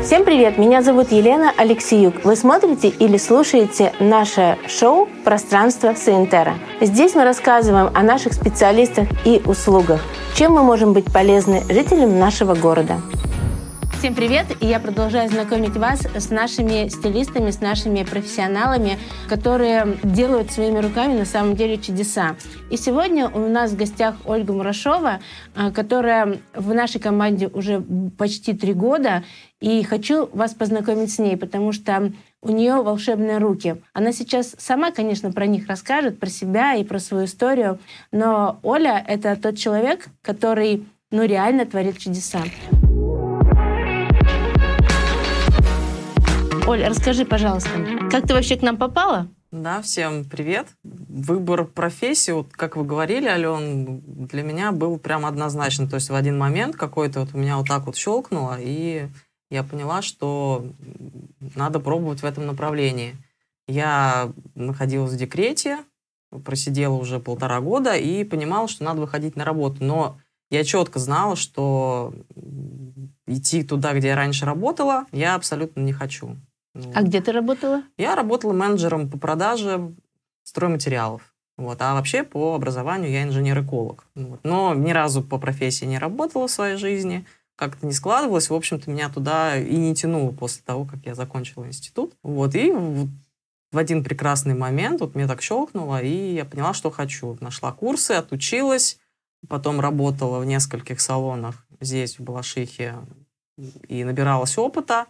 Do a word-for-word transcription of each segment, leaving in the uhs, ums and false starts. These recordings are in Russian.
Всем привет! Меня зовут Елена Алексеюк. Вы смотрите или слушаете наше шоу «Пространство Саентера». Здесь мы рассказываем о наших специалистах и услугах, чем мы можем быть полезны жителям нашего города. Всем привет! И я продолжаю знакомить вас с нашими стилистами, с нашими профессионалами, которые делают своими руками на самом деле чудеса. И сегодня у нас в гостях Ольга Мурашова, которая в нашей команде уже почти три года. И хочу вас познакомить с ней, потому что у нее волшебные руки. Она сейчас сама, конечно, про них расскажет, про себя и про свою историю. Но Оля — это тот человек, который ну, реально творит чудеса. Оль, расскажи, пожалуйста, как ты вообще к нам попала? Да, всем привет. Выбор профессии, вот как вы говорили, Ален, для меня был прям однозначно. То есть в один момент какой-то вот у меня вот так вот щелкнуло, и я поняла, что надо пробовать в этом направлении. Я находилась в декрете, просидела уже полтора года и понимала, что надо выходить на работу. Но я четко знала, что идти туда, где я раньше работала, я абсолютно не хочу. А где ты работала? Я работала менеджером по продаже стройматериалов. Вот. А вообще по образованию я инженер-эколог. Вот. Но ни разу по профессии не работала в своей жизни. Как-то не складывалось. В общем-то, меня туда и не тянуло после того, как я закончила институт. Вот. И в один прекрасный момент вот мне так щелкнуло, и я поняла, что хочу. Нашла курсы, отучилась. Потом работала в нескольких салонах здесь, в Балашихе, и набиралась опыта.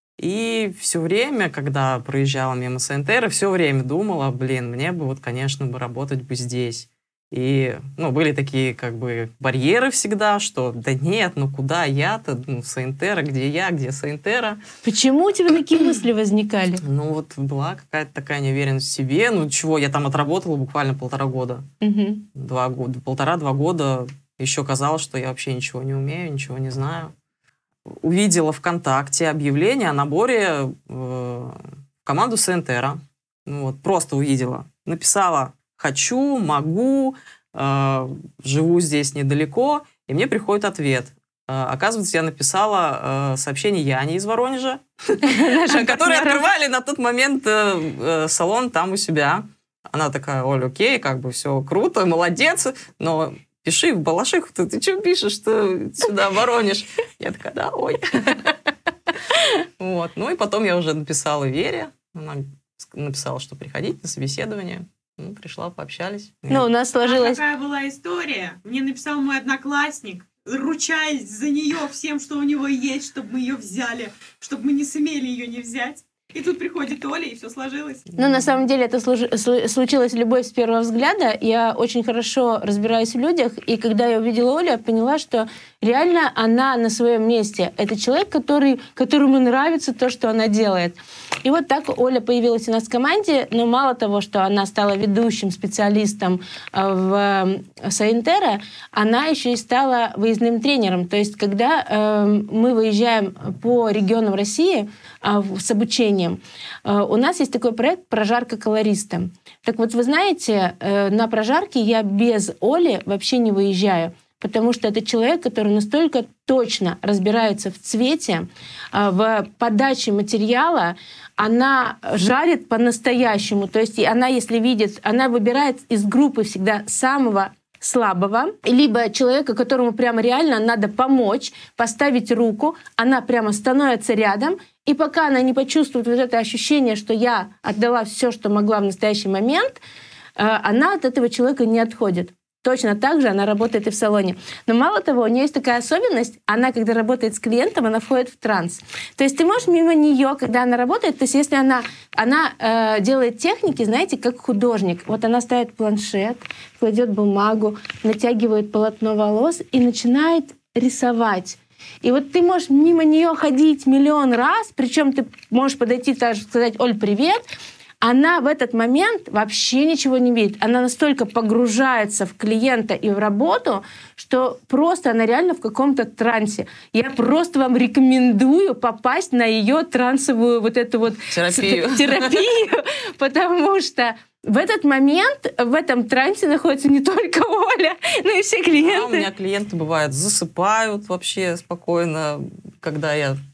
И все время, когда проезжала мимо Саентера, все время думала, блин, мне бы вот, конечно, бы работать бы здесь. И, ну, были такие, как бы, барьеры всегда, что, да нет, ну куда я-то, ну, Саентера, где я, где Саентера. Почему у тебя такие мысли возникали? Ну, вот была какая-то такая неуверенность в себе. Ну, чего, я там отработала буквально полтора года. Угу. Два года, полтора-два года еще казалось, что я вообще ничего не умею, ничего не знаю. Увидела ВКонтакте объявление о наборе в команду Саентера. Ну, вот, просто увидела. Написала «хочу», «могу», э, «живу здесь недалеко», и мне приходит ответ. Э, оказывается, я написала э, сообщение Яне из Воронежа, которые открывали на тот момент салон там у себя. Она такая: «Оль, окей, как бы все круто, молодец, но пиши в Балашиху, ты, ты что пишешь, что сюда, в Воронеж?» Я такая: да, ой. Вот. Ну и потом я уже написала Вере. Она написала, что приходить на собеседование. Ну, пришла, пообщались. Ну, у нас сложилась... А какая была история? Мне написал мой одноклассник, ручаясь за нее всем, что у него есть, чтобы мы ее взяли, чтобы мы не сумели ее не взять. И тут приходит Оля, и все сложилось. Ну, на самом деле, это случилась любовь с первого взгляда. Я очень хорошо разбираюсь в людях, и когда я увидела Олю, я поняла, что реально она на своем месте. Это человек, который, которому нравится то, что она делает. И вот так Оля появилась у нас в команде, но мало того, что она стала ведущим специалистом в Саентера, она еще и стала выездным тренером. То есть, когда э, мы выезжаем по регионам России э, с обучением, э, у нас есть такой проект «Прожарка колориста». Так вот, вы знаете, э, на прожарке я без Оли вообще не выезжаю, потому что это человек, который настолько точно разбирается в цвете, в подаче материала. Она жарит по-настоящему. То есть она, если видит, она выбирает из группы всегда самого слабого, либо человека, которому прямо реально надо помочь, поставить руку, она прямо становится рядом, и пока она не почувствует вот это ощущение, что я отдала все, что могла в настоящий момент, она от этого человека не отходит. Точно так же она работает и в салоне. Но мало того, у нее есть такая особенность, она, когда работает с клиентом, она входит в транс. То есть ты можешь мимо нее, когда она работает, то есть если она, она э, делает техники, знаете, как художник. Вот она ставит планшет, кладет бумагу, натягивает полотно волос и начинает рисовать. И вот ты можешь мимо нее ходить миллион раз, причем ты можешь подойти и сказать: «Оль, привет», она в этот момент вообще ничего не видит. Она настолько погружается в клиента и в работу, что просто она реально в каком-то трансе. Я просто вам рекомендую попасть на ее трансовую вот эту вот терапию, терапию, потому что в этот момент в этом трансе находится не только Оля, но и все клиенты. Да, у меня клиенты, бывает, засыпают вообще спокойно, когда я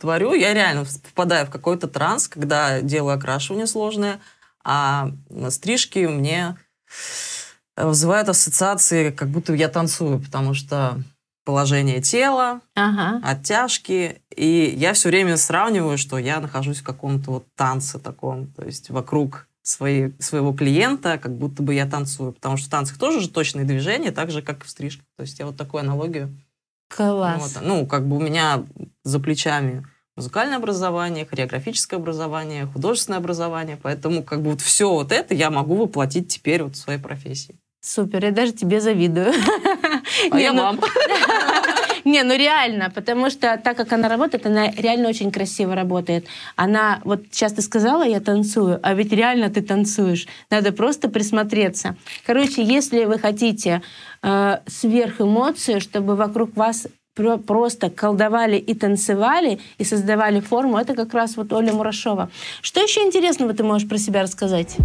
творю, я реально впадаю в какой-то транс, когда делаю окрашивание сложное, а стрижки мне вызывают ассоциации, как будто я танцую, потому что положение тела, Ага. оттяжки, и я все время сравниваю, что я нахожусь в каком-то вот танце таком, то есть вокруг своей, своего клиента, как будто бы я танцую, потому что в танцах тоже же точные движения, так же, как и в стрижках. То есть я вот такую аналогию. Класс. Вот, ну, как бы у меня за плечами музыкальное образование, хореографическое образование, художественное образование, поэтому как бы вот все вот это я могу воплотить теперь вот в своей профессии. Супер, я даже тебе завидую. А я вам. Не, ну реально, потому что так как она работает, она реально очень красиво работает. Она, вот сейчас ты сказала, я танцую, а ведь реально ты танцуешь. Надо просто присмотреться. Короче, если вы хотите э, сверхэмоции, чтобы вокруг вас про- просто колдовали и танцевали, и создавали форму, это как раз вот Оля Мурашова. Что еще интересного ты можешь про себя рассказать?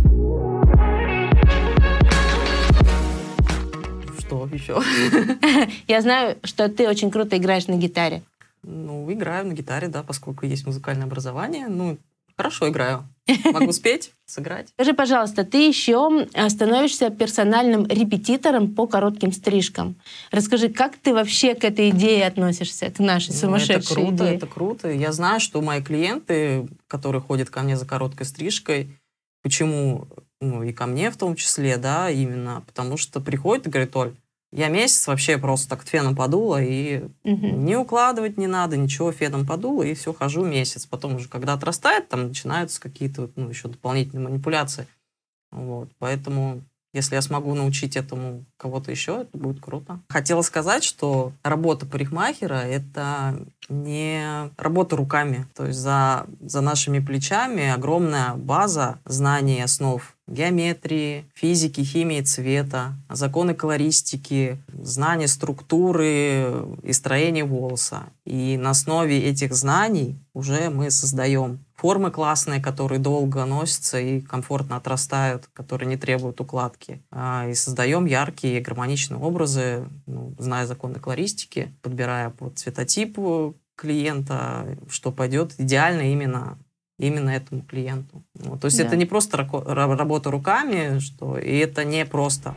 Что еще? Я знаю, что ты очень круто играешь на гитаре. Ну, играю на гитаре, да, поскольку есть музыкальное образование. Ну, хорошо играю. Могу спеть, сыграть. Скажи, пожалуйста, ты еще становишься персональным репетитором по коротким стрижкам. Расскажи, как ты вообще к этой идее относишься, к нашей Ну, сумасшедшей это круто, идее? это круто. Я знаю, что мои клиенты, которые ходят ко мне за короткой стрижкой, почему, ну, и ко мне в том числе, да, именно, потому что приходит и говорит: Оль, я месяц вообще просто так феном подула, и Мгм. не укладывать не надо, ничего, феном подула, и все, хожу месяц. Потом уже, когда отрастает, там начинаются какие-то, ну, еще дополнительные манипуляции. Вот, поэтому, если я смогу научить этому кого-то еще, это будет круто. Хотела сказать, что работа парикмахера — это не работа руками. То есть за, за нашими плечами огромная база знаний основ геометрии, физики, химии цвета, законы колористики, знания структуры и строения волоса. И на основе этих знаний уже мы создаем формы классные, которые долго носятся и комфортно отрастают, которые не требуют укладки. А, И создаем яркие гармоничные образы, ну, зная законы колористики, подбирая под цветотип клиента, что пойдет идеально именно именно этому клиенту. Вот. То есть Да. это не просто рако- ра- работа руками, что и это не просто.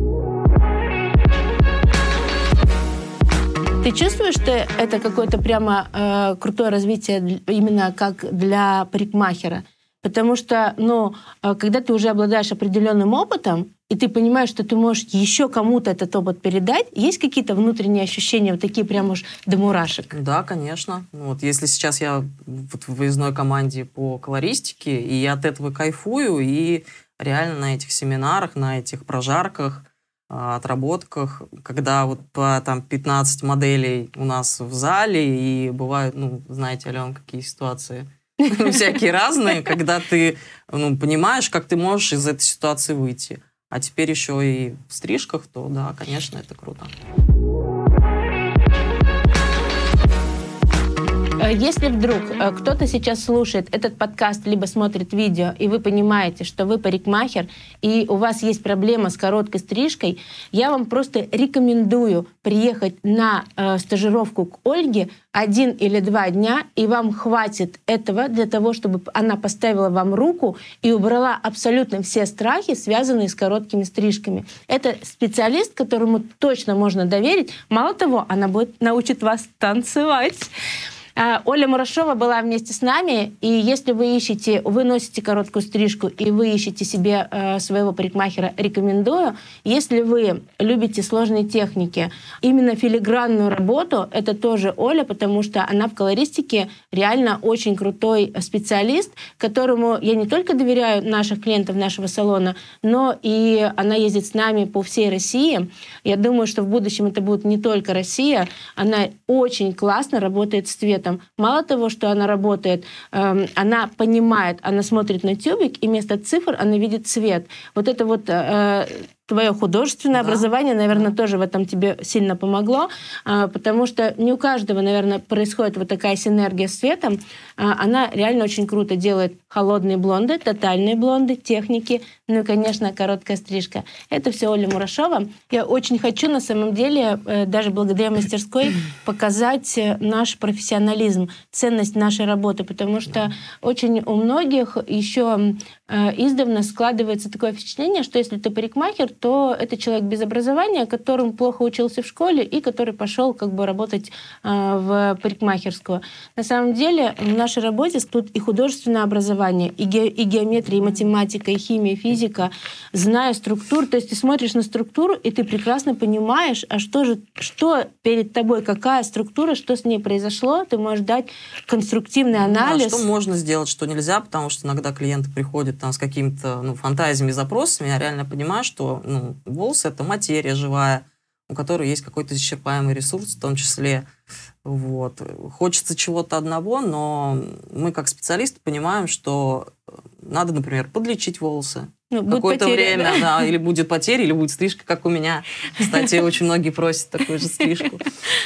Ты чувствуешь, что это какое-то прямо э, крутое развитие дл- именно как для парикмахера? Потому что, ну, э, когда ты уже обладаешь определенным опытом, и ты понимаешь, что ты можешь еще кому-то этот опыт передать, есть какие-то внутренние ощущения, вот такие прям уж до мурашек? Да, конечно. Ну, Вот если сейчас я вот в выездной команде по колористике, и я от этого кайфую, и реально на этих семинарах, на этих прожарках, а, отработках, когда вот по там пятнадцать моделей у нас в зале, и бывают, ну, знаете, Ален, какие ситуации всякие разные, когда ты, ну, понимаешь, как ты можешь из этой ситуации выйти. А теперь еще и в стрижках, то да, конечно, это круто. Э, Если вдруг э, кто-то сейчас слушает этот подкаст, либо смотрит видео, и вы понимаете, что вы парикмахер, и у вас есть проблема с короткой стрижкой, я вам просто рекомендую приехать на э, стажировку к Ольге один или два дня, и вам хватит этого для того, чтобы она поставила вам руку и убрала абсолютно все страхи, связанные с короткими стрижками. Это специалист, которому точно можно доверить. Мало того, она будет научит вас танцевать. А, Оля Мурашова была вместе с нами, и если вы ищете, вы носите короткую стрижку, и вы ищете себе э, своего парикмахера, рекомендую. Если вы любите сложные техники, именно филигранную работу, это тоже Оля, потому что она в колористике реально очень крутой специалист, которому я не только доверяю наших клиентов нашего салона, но и она ездит с нами по всей России. Я думаю, что в будущем это будет не только Россия. Она очень классно работает с цветом. Мало того, что она работает, эм, она понимает, она смотрит на тюбик, и вместо цифр она видит цвет. Вот это вот э, твое художественное Да. образование, наверное, тоже в этом тебе сильно помогло, а, потому что не у каждого, наверное, происходит вот такая синергия с светом. А, она реально очень круто делает холодные блонды, тотальные блонды, техники, ну и, конечно, короткая стрижка. Это все Оля Мурашова. Я очень хочу, на самом деле, э, даже благодаря мастерской, показать э, наш профессионализм, ценность нашей работы, потому что очень у многих еще э, издавна складывается такое впечатление, что если ты парикмахер, то это человек без образования, который плохо учился в школе и который пошел как бы работать э, в парикмахерскую. На самом деле в нашей работе тут и художественное образование, и, ге- и геометрия, и математика, и химия, и физика, зная структуру, то есть ты смотришь на структуру, и ты прекрасно понимаешь, а что же, что перед тобой, какая структура, что с ней произошло, ты можешь дать конструктивный анализ. Да, что можно сделать, что нельзя, потому что иногда клиенты приходят там с какими-то ну, фантазиями, запросами, я реально понимаю, что ну, волосы — это материя живая, у которой есть какой-то исчерпаемый ресурс, в том числе. Вот. Хочется чего-то одного, но мы как специалисты понимаем, что надо, например, подлечить волосы. Ну, Какое-то потеря, время, да? да, или будет потеря, или будет стрижка, как у меня. Кстати, очень многие просят такую же стрижку.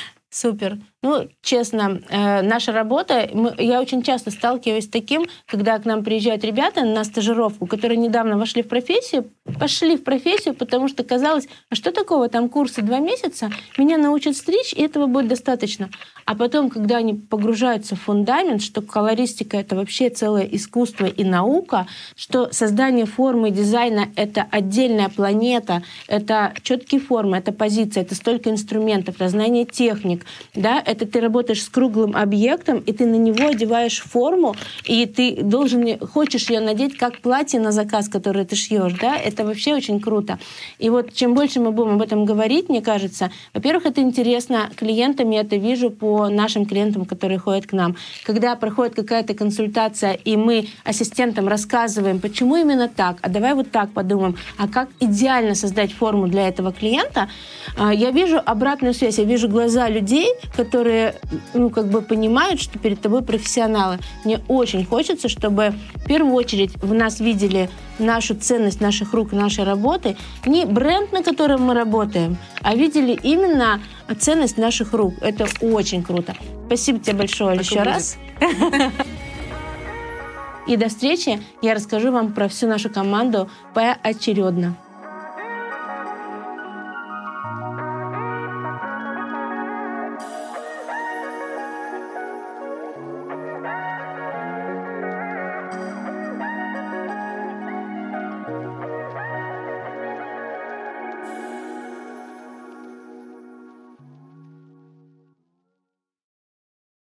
Супер. Ну, честно, э, наша работа, мы, я очень часто сталкиваюсь с таким, когда к нам приезжают ребята на стажировку, которые недавно вошли в профессию, пошли в профессию, потому что казалось, а что такого, там курсы два месяца, меня научат стричь, и этого будет достаточно. А потом, когда они погружаются в фундамент, что колористика — это вообще целое искусство и наука, что создание формы и дизайна — это отдельная планета, это четкие формы, это позиция, это столько инструментов, это знание техник, да, это ты работаешь с круглым объектом, и ты на него одеваешь форму, и ты должен, хочешь ее надеть как платье на заказ, которое ты шьешь, да, это вообще очень круто. И вот чем больше мы будем об этом говорить, мне кажется, во-первых, это интересно клиентам, я это вижу по нашим клиентам, которые ходят к нам. Когда проходит какая-то консультация, и мы ассистентам рассказываем, почему именно так, а давай вот так подумаем, а как идеально создать форму для этого клиента, я вижу обратную связь, я вижу глаза людей, которые, ну, как бы понимают, что перед тобой профессионалы. Мне очень хочется, чтобы в первую очередь в нас видели нашу ценность наших рук, нашей работы, не бренд, на котором мы работаем, а видели именно ценность наших рук. Это очень круто. Спасибо тебе большое Так еще раз. И до встречи. Я расскажу вам про всю нашу команду поочередно.